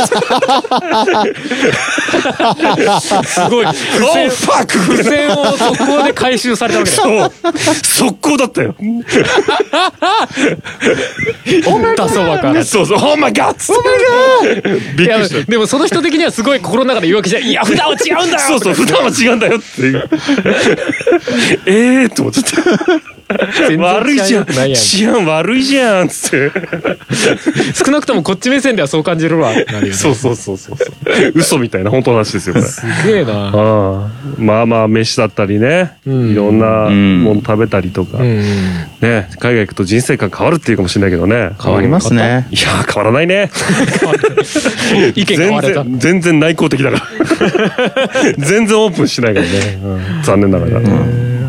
ってすごい不正、oh, 不正を速攻で回収されたわけだよそう速攻だったよおったそばからそうそうオーマイガッツオーマイガーびっくりした。 でもその人的にはすごい心の中で言い訳していや普段は違うんだよそうそう普段は違うんだよっていうええーと思っちゃった然悪いじゃん治安良くないやん治安悪いじゃんっつって少なくともこっち目線ではそう感じるわなるよね。 そうそうそうそうそう嘘みたいな本当の話ですよこれ。 すげえな。 ああまあまあ飯だったりね、 うん、 いろんなもの食べたりとか、 うんうん、 ね海外行くと人生観変わるっていうかもしれないけどね。 変わりますね。 いや変わらないね意見変われた。 全然全然内向的だから全然オープンしないからね、うん、残念ながら、うん、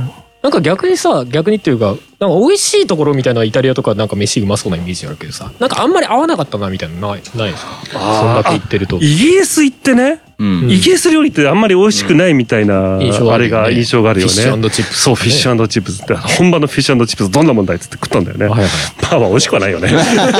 なんか逆にさ逆にっていうかなんか美味しいところみたいなイタリアとかなんか飯うまそうなイメージあるけどさなんかあんまり合わなかったなみたいなのないないですか。そんだけ言ってるとイギリス行ってね、うん、イギリス料理ってあんまり美味しくないみたいな、うん、あれが印象があるよね。 フィッシュ&チップス、ね、 そうフィッシュ&チップスって本場のフィッシュ&チップスどんなもんだいっつって食ったんだよね、はいはい、まあまあ美味しくはないよね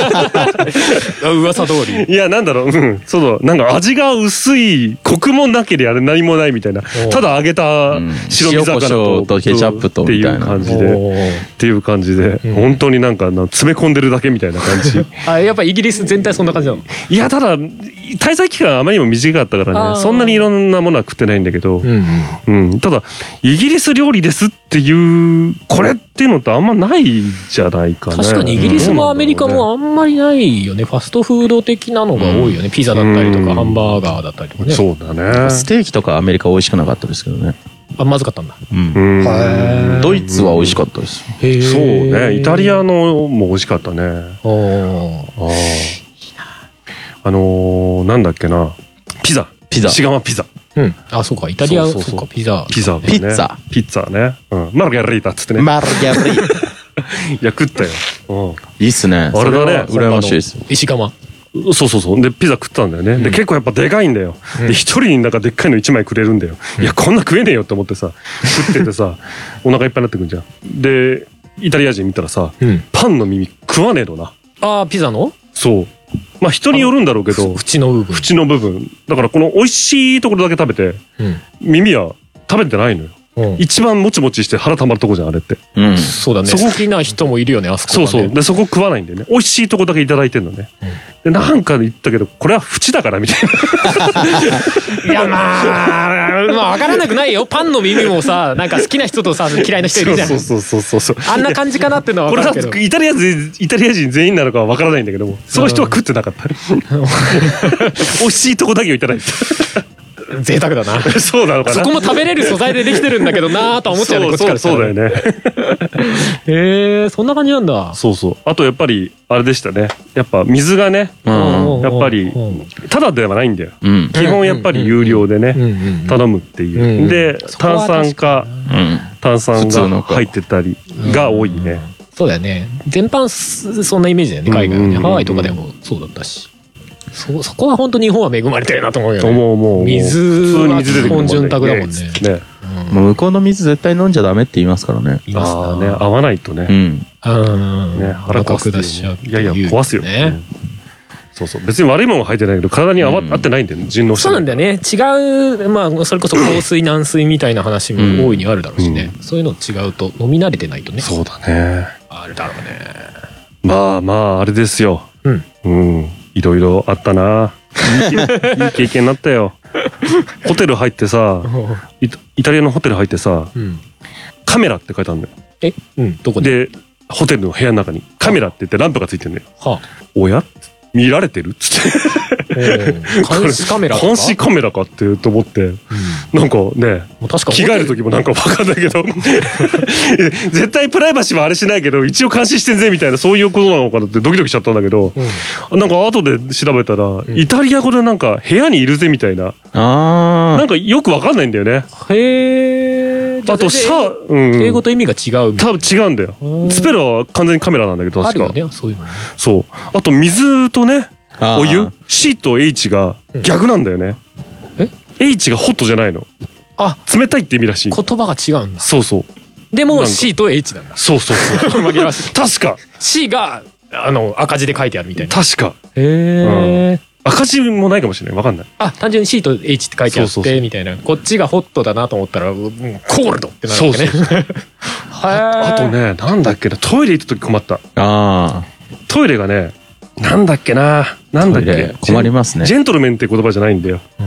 噂通り。 いやなんだろう、うん、そうなんか味が薄いコクもなければ何もないみたいなただ揚げた白身魚と、 うん、とケチャップとっていう感じでっていう感じで、うん、本当になんか詰め込んでるだけみたいな感じあやっぱイギリス全体そんな感じなの。 いやただ滞在期間あまりにも短かったからねそんなにいろんなものは食ってないんだけど、うんうんうん、ただイギリス料理ですっていうこれっていうのってあんまないじゃないかね。 確かにイギリスもアメリカもあんまりないよね。ファストフード的なのが多いよね、うん、ピザだったりとかハンバーガーだったりとかね。 そうだね。 ステーキとかアメリカ美味しくなかったですけどね。 あまずかったんだ、 うん、へドイツは美味しかったです。 へそうねイタリアのも美味しかったね。 おああのー、なんだっけなピザピザ石窯ピザ、 うん、あそうかイタリアそうそうそうピザピザ、ね、 ピッツァピッツァね、うん、マルゲリータっつってねマルゲリータいや食ったよ、うん、 いいっすね。 あれだね羨ましいですよ。 石窯そうそうそうでピザ食ったんだよね、うん、で結構やっぱでかいんだよ、うん、で一人になんかでっかいの一枚くれるんだよ、うん、いやこんな食えねえよって思ってさ食っててさお腹いっぱいになってくんじゃん。でイタリア人見たらさ、うん、パンの耳食わねえのな。 あーピザのそうまあ人によるんだろうけど縁の部分縁の部分だからこの美味しいところだけ食べて、うん、耳は食べてないのよ、うん、一番もちもちして腹たまるとこじゃんあれって、 うん、そうだね。そこ好きな人もいるよねあそこ、ね、 そうそうでそこ食わないんだよね。美味しいとこだけいただいてんのね、うん、でなんか言ったけどこれは縁だからみたいないやまあまあ分からなくないよ。パンの耳もさなんか好きな人とさ嫌いな人いるじゃん。 そうそうそうそうそうあんな感じかなっていうのは分かるけどこれはイタリア人イタリア人全員なのかは分からないんだけどもその人は食ってなかった美味しいとこだけをいただいて贅沢だなそうなのかな。 そこも食べれる素材でできてるんだけどなーとは思っちゃうねこっちからしたら。 そうだよねへえそんな感じなんだ。 そうそうあとやっぱりあれでしたねやっぱ水がね、うん、やっぱりただではないんだよ、うん、基本やっぱり有料でね、うん、頼むっていう、うん、で炭酸か、うん、炭酸が入ってたりが多いね、うん、 そうだよね全般そんなイメージだよね海外はね、うん、ハワイとかでもそうだったしそ, そこは本当日本は恵まれてるなと思うよね。 もうもう水は基本潤沢だもんね。ね、 うん、向こうの水絶対飲んじゃダメって言いますからね。 言いますあね合わないとね。うん。うんね腹壊す出しちゃう。いやいや壊すよね。うん、そうそう別に悪いものが入ってないけど体に合わ、うん、合ってないんだよね順応して。 そうなんだよね違うまあそれこそ硬水軟水みたいな話も大いにあるだろうしね、うん、そういうの違うと飲み慣れてないとね。 そうだね。 あるだろうね。 まあまああれですよ。うん。うんいろいろあったないい経験になったよホテル入ってさイ, イタリアのホテル入ってさ、うん、カメラって書いてあるんだよ。 え、うん、どこで？ でホテルの部屋の中にカメラって言ってランプがついてるんだよ、はあ、おや見られてるっつって監視カメラか監視カメラかってと思って、うん、なんかね確か着替える時もなんか分かんないけど絶対プライバシーはあれしないけど一応監視してんぜみたいなそういうことなのかなってドキドキしちゃったんだけど、うん、なんか後で調べたら、うん、イタリア語でなんか部屋にいるぜみたいな、あなんかよく分かんないんだよね。 へー。 あとシャ、うん、 英語と意味が違う。 多分違うんだよ。スペルは完全にカメラなんだけど確か。 あるよねそういうのね。 そうあと水とねお湯 C と H が逆なんだよね、うん、え H がホットじゃないの。あ冷たいって意味らしい。 言葉が違うんだ。 そうそうでも C と H なんだ。 そうそうそう確か C があの赤字で書いてあるみたいな。確かへえ、 うん、赤字もないかもしれない分かんない。 あ単純に C と H って書いてあってみたいな。こっちがホットだなと思ったら、うん、コールドってなるわけね。そうそうあ, あとねなんだっけなトイレ行った時困った。あトイレがねなんだっけななんだっけ困りますね。 ジェントルメンって言葉じゃないんだよ、うん、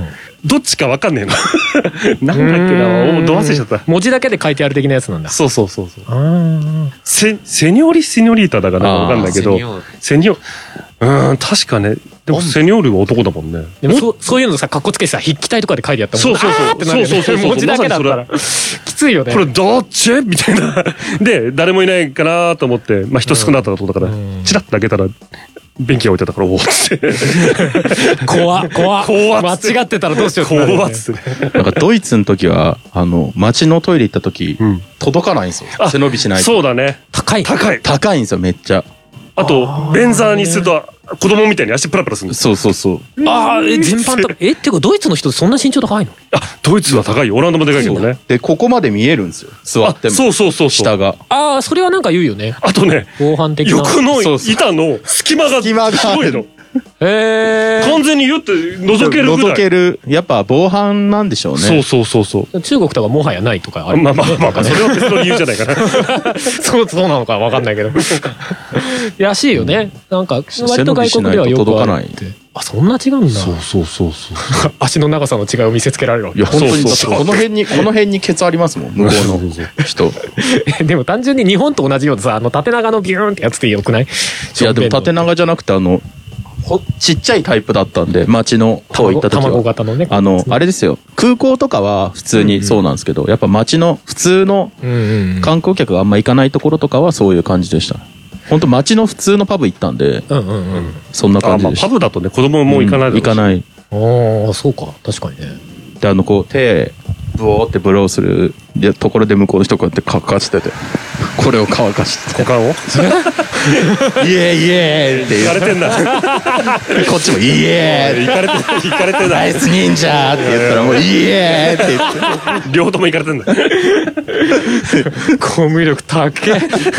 どっちかわかんねえななんだっけな、ど忘れちゃった。 文字だけで書いてある的なやつなんだ。 そうそうそうそう。 あセセニョリセニョリータだかなんかわかんないけど、 セニョールセニョうん確かね。でもセニョールは男だもんね。 でもそそういうのさかっこつけてさ筆記体とかで書いてあったもん。 そうそうそうあーってなるよねそうそうそうそう文字だけだったらきついよね。 これどっちみたいなで誰もいないかなと思って、まあ人少なかったとこだから、 うんチラッと開けたら便器が置いてあったからおおっつって怖っ怖っ怖っつって間違ってたらどうしようってなるよね怖っつってね。 なんかドイツの時はあの街のトイレ行った時、 うん届かないんですよ。 あ背伸びしないと。 そうだね。 高い高い。 高いんですよめっちゃ。 あと便座にすると子供みたいに足プラプラするんです。 そうそうそう。 あーえ全般高いえっていうかドイツの人そんな身長高いの？ あドイツは高いよ。オランダもでかいけどね。 でここまで見えるんですよ。座っても。 あそうそうそうそう。 下が。 ああそれはなんか言うよね。 あとね防犯的な。 横のそうそう板の隙間が隙間がすごいの。 へ完全に言って覗けるぐらい。 覗ける。やっぱ防犯なんでしょうね。 そうそうそうそう。 え。中国とかもはやないとかある。 まあまあまあまあそれは別の理由じゃないかな。 そうそうなのかわかんないけど。らしいよね。なんか割と外国ではよくあるって。 背伸びしないと届かないあそんな違うんだ。 そうそうそうそう。 足の長さの違いを見せつけられるわけ。 いや本当にそうそうそうこの辺にこの辺にケツありますもん向こうの人。 でも単純に日本と同じようなさあの縦長のビューンってやつでよくない？ いやでも縦長じゃなくてあのほちっちゃいタイプだったんで街の方行った時は卵型のね。 あのあれですよ空港とかは普通にそうなんですけど、やっぱ街の普通のうんうんうん。 観光客があんま行かないところとかはそういう感じでした。本当街の普通のパブ行ったんでうんうんうん。 そんなあまあ感じでした。 パブだとね子供も行かないだろうし行かないああそうか確かにね。 であのこう手ブオーってブローするでところで向こうの人こうやってかかしててこれを乾かして股間をイエーイイエーイって行かれてんだ。 言うこっちもイエーイ行かれて行かれてんだナイ。ス忍者って言ったらもうイエーイって言って両方とも行かれてんだ。 コミュ力高え。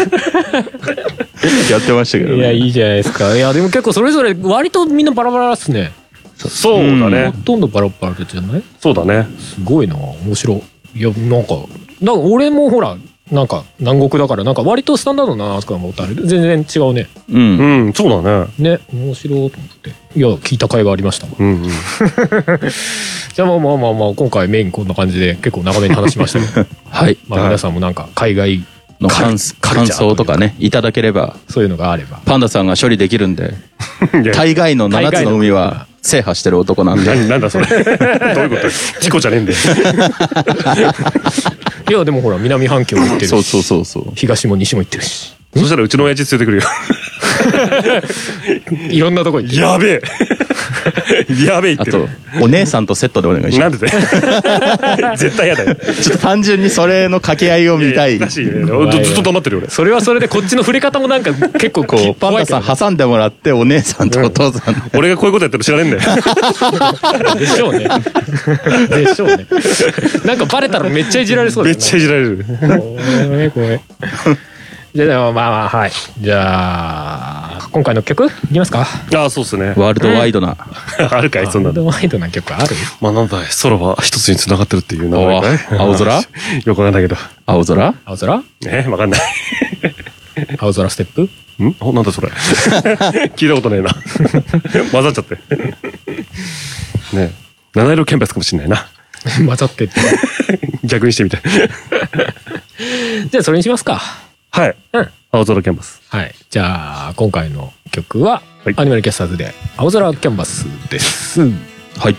やってましたけどね。 いやいいじゃないですか。いやでも結構それぞれ割とみんなバラバラっすね。 そうだねほ。とんどバラバラじゃない？ そうだね。 すごいな面白い。いやなんかなんか俺もほらなんか南国だからなんか割とスタンダードだなとか思ったら全然違うね。 うんうんそうだね。 ね面白いと思っていや聞いた甲斐がありましたわ。 うんうん。 じゃあまあまあまあまあ今回メインこんな感じで結構長めに話しましたけどはいまあ皆さんもなんか海外の感カルチャー感想とかねいただければそういうのがあればパンダさんが処理できるんでいや大概のななつの海は制覇してる男なんで何なんだそれ。どういうこと？チコじゃねえんだよ。 いやでもほら南半球も行ってるしそうそうそうそう東も西も行ってるしそしたらうちの親父連れてくるよ。 いろんなとこ行ってる。 やべえ。やべえ言あとってる。 お姉さんとセットでお願いしまなんでだよ。絶対やだよ。 すちょっと単純にそれの掛け合いを見たいらしいね。俺ずっと黙ってるよ俺。 それはそれでこっちの触れ方もなんか結構こうパンダさん挟んでもらってお姉さんとお父さんで俺がこういうことやってるの知らねえんだよ。 でしょうねでしょうねなんかバレたらめっちゃいじられそうめっですちゃいじられる。 怖い怖いじゃあまあまあはいじゃあ今回の曲いきますか。 ああそうっすね。 ワールドワイドなあるかいそんなの。 ワールドワイドな曲ある？ まあなんだい空は一つに繋がってるっていう名前かい。 お青空よくわかんないけど。 青空青空ねわかんない。 青空ステップんおなんだそれ。聞いたことねえな。混ざっちゃって。ね七色見物かもしんないな。 混ざってって逆にしてみて。 じゃあそれにしますか。 はい。 うん青空キャンバス。 はいじゃあ今回の曲は、 はいアニマルキャスターズで青空キャンバスです。 はい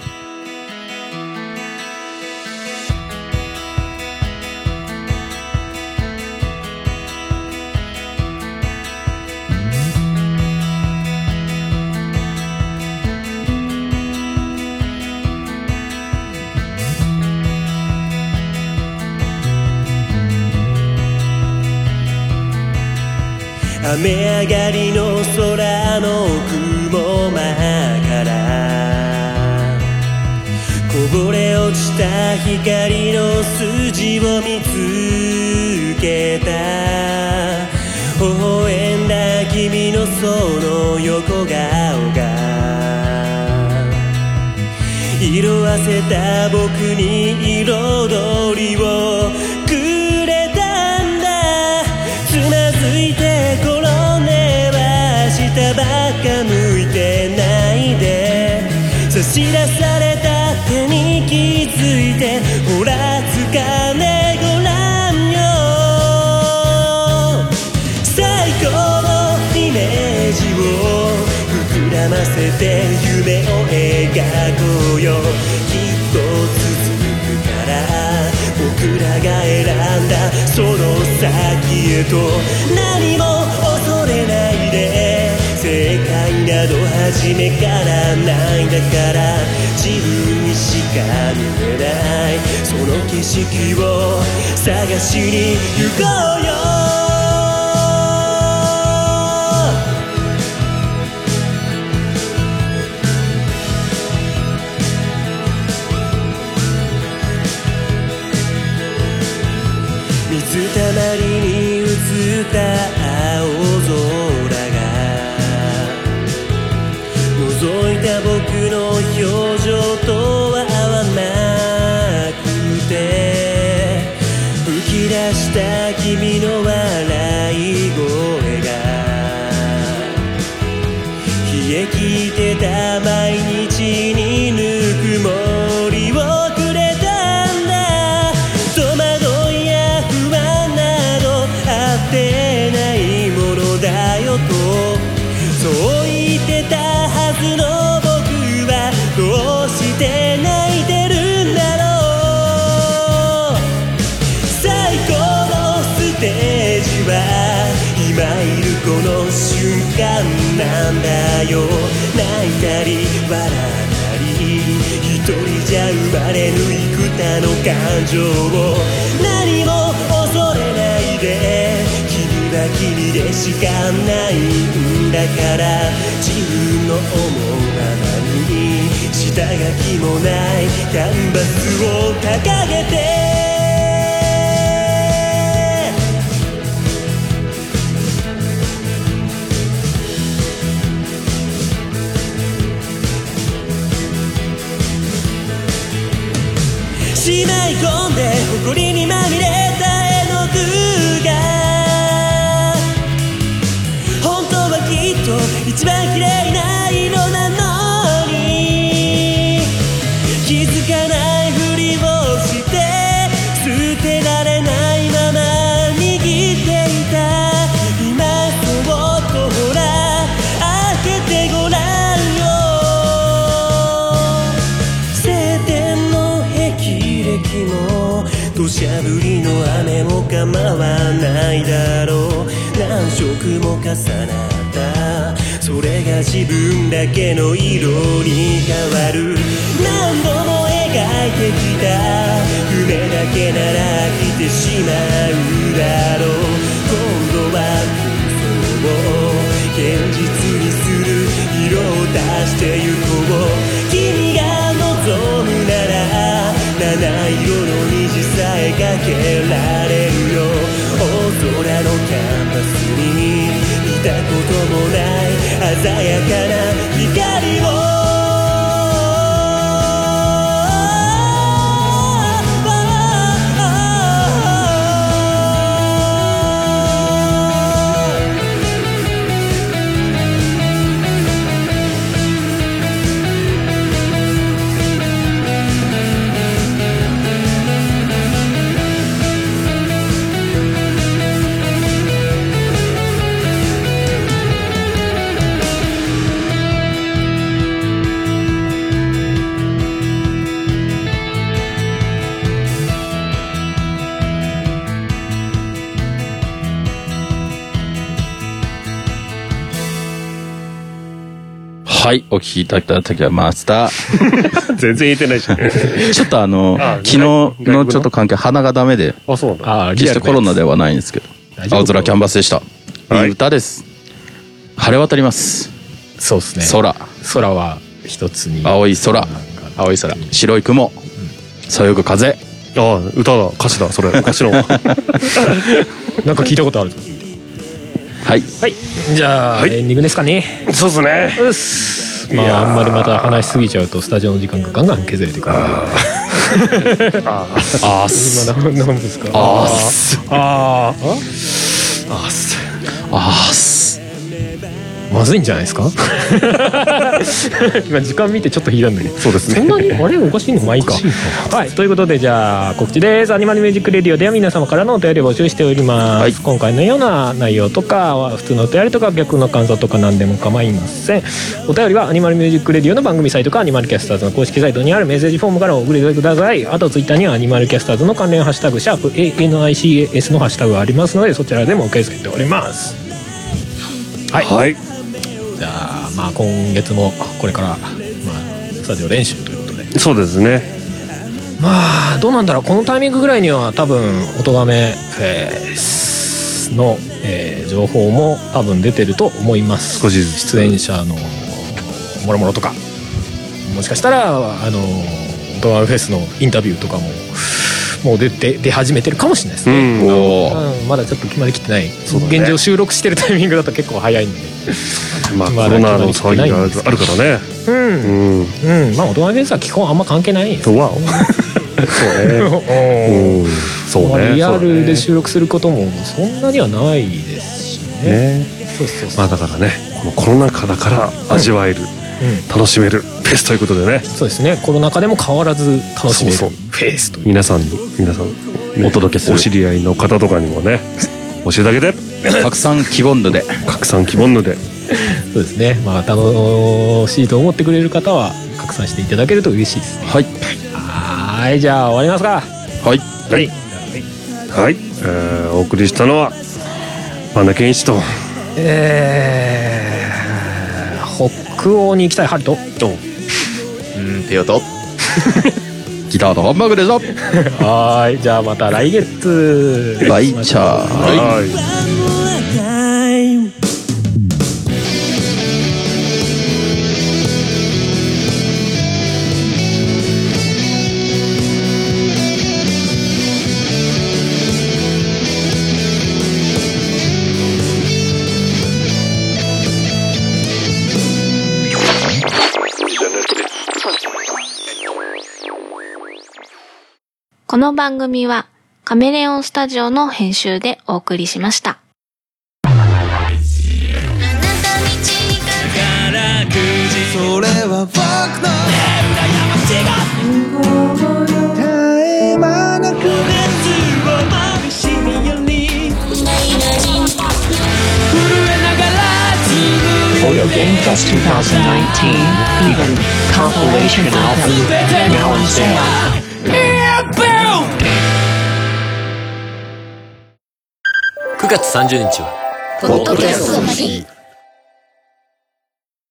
雨上がりの空の雲間からこぼれ落ちた光の筋を見つけた微笑んだ君のその横顔が色あせた僕に彩りをくれたんだ。つまずいて転んでは下ばっか向いてないで差し出されたけに気づいてほらつかめごらんよ最高のイメージを膨らませて夢を描こうよきっと続くから僕らが選んだその先へと何も恐れないで正解など初めからないだから自分にしか見えないその景色を探しに行こうよ水たまりに映った青空が覗いた僕の表情とは合わなくて吹き出した君の笑い声が冷え切ってた毎日にぬくもりをくれたんだ戸惑いや不安などあってないものだよとそう言ってたはずの僕はどうして泣いてるんだろう最高のステージは今いるこの瞬間なんだよ泣いたり笑ったり一人じゃ生まれぬ幾多の感情を何も恐れないで君は君でしかないんだから自分の思うままに下書きもないキャンバスを掲げてしまい込んで埃にまみれた絵の具が本当はきっと一番綺麗な色なのに気づかないふりをして捨てられないまま握っていた今そっとほら開けてごらんよ晴天の霹靂も土砂降りの雨も構わないだろう何色も重なったそれが自分だけの色に変わる何度も描いてきた夢だけなら飽きてしまうだろう今度は空想を現実にする色を出してゆこう君が望むなら七色の虹さえかけられるよ大空のキャンバスに見たこともない鮮やかな光をはい、お聞きいただいた時はマスター。 全然言えてないし。 ちょっとあの、 あ昨日のちょっと関係、鼻がダメで、 あ、そうなんだ。 あ決してコロナではないんですけど、青空キャンバスでした。いい歌です。晴れ渡ります。 そうですね。 空。 空は一つに。 青い空。 青い空。 白い雲。そよぐ風。 ああ、歌だ、歌詞だ、それ、歌詞の。なんか聞いたことある。 はい。 はい。じゃあ、 はい、 エンディングですかね。 そうですね。 うっす。まあ、あんまりまた話しすぎちゃうと、スタジオの時間がガンガン削れてくるので。 ああーす。 今何何ですか。 あーす。 あ。 あーす。 あーす。 ままずいんじゃないですか今時間見てちょっと引いたんだけど、 そうですね。 そんなにあれおかしいのまあいいか。はい、ということでじゃあ告知です。アニマルミュージックレディオでは皆様からのお便りを募集しております、はい、今回のような内容とかは普通のお便りとか逆の感想とか何でも構いません。お便りはアニマルミュージックレディオの番組サイトかアニマルキャスターズの公式サイトにあるメッセージフォームからお送りください。あとツイッターにはアニマルキャスターズの関連ハッシュタグシャープ エーエヌアイシーエーエス のハッシュタグがありますのでそちらでも受け付けております。はい、はい、じゃあまあ今月もこれから、まあ、スタジオ練習ということで。 そうですね。 まあどうなんだろう、このタイミングぐらいには多分音亀フェスの、えー、情報も多分出てると思います。 少しずつ出演者のもろもろとかもしかしたらあの音亀フェスのインタビューとかももう出て出始めてるかもしれないですね、うんうん、まだちょっと決まりきってない、ね、現状収録してるタイミングだと結構早いんで、 まあコロナの騒ぎがあるからね。 うんうん、うん、まあ音亀フェスは基本あんま関係ないです。 わおそうね、 そうね、リアルで収録することもそんなにはないですしね。ね、そうそうそう、 まあだからね、このコロナ禍だから味わえる、うん、楽しめるフェスということでね。そうですね、コロナ禍でも変わらず楽しめるフェスという、 皆さんに皆さん、ね、お届けするお知り合いの方とかにもね教えてあげて拡散希望ぬで拡散希望ぬでそうですね、まあ楽しいと思ってくれる方は拡散していただけると嬉しいですね。 はい、 はい、じゃあ終わりますか。 はいはい、 はい、えー、お送りしたのはパンダケンイチと、 えー、北欧に行きたいハルト、 うんテヨとギターとハンバーグでしょはい、じゃあまた来月バイチャー。 はい、 この番組はカメレオンスタジオの編集でお送りしました。 それは僕の絶え間なく熱をまぶしみより震えながら紡い Photo Game Fest twenty nineteen Even Compilation Album Now on sale. Yeah, くがつさんじゅうにちはポッドキャストの日。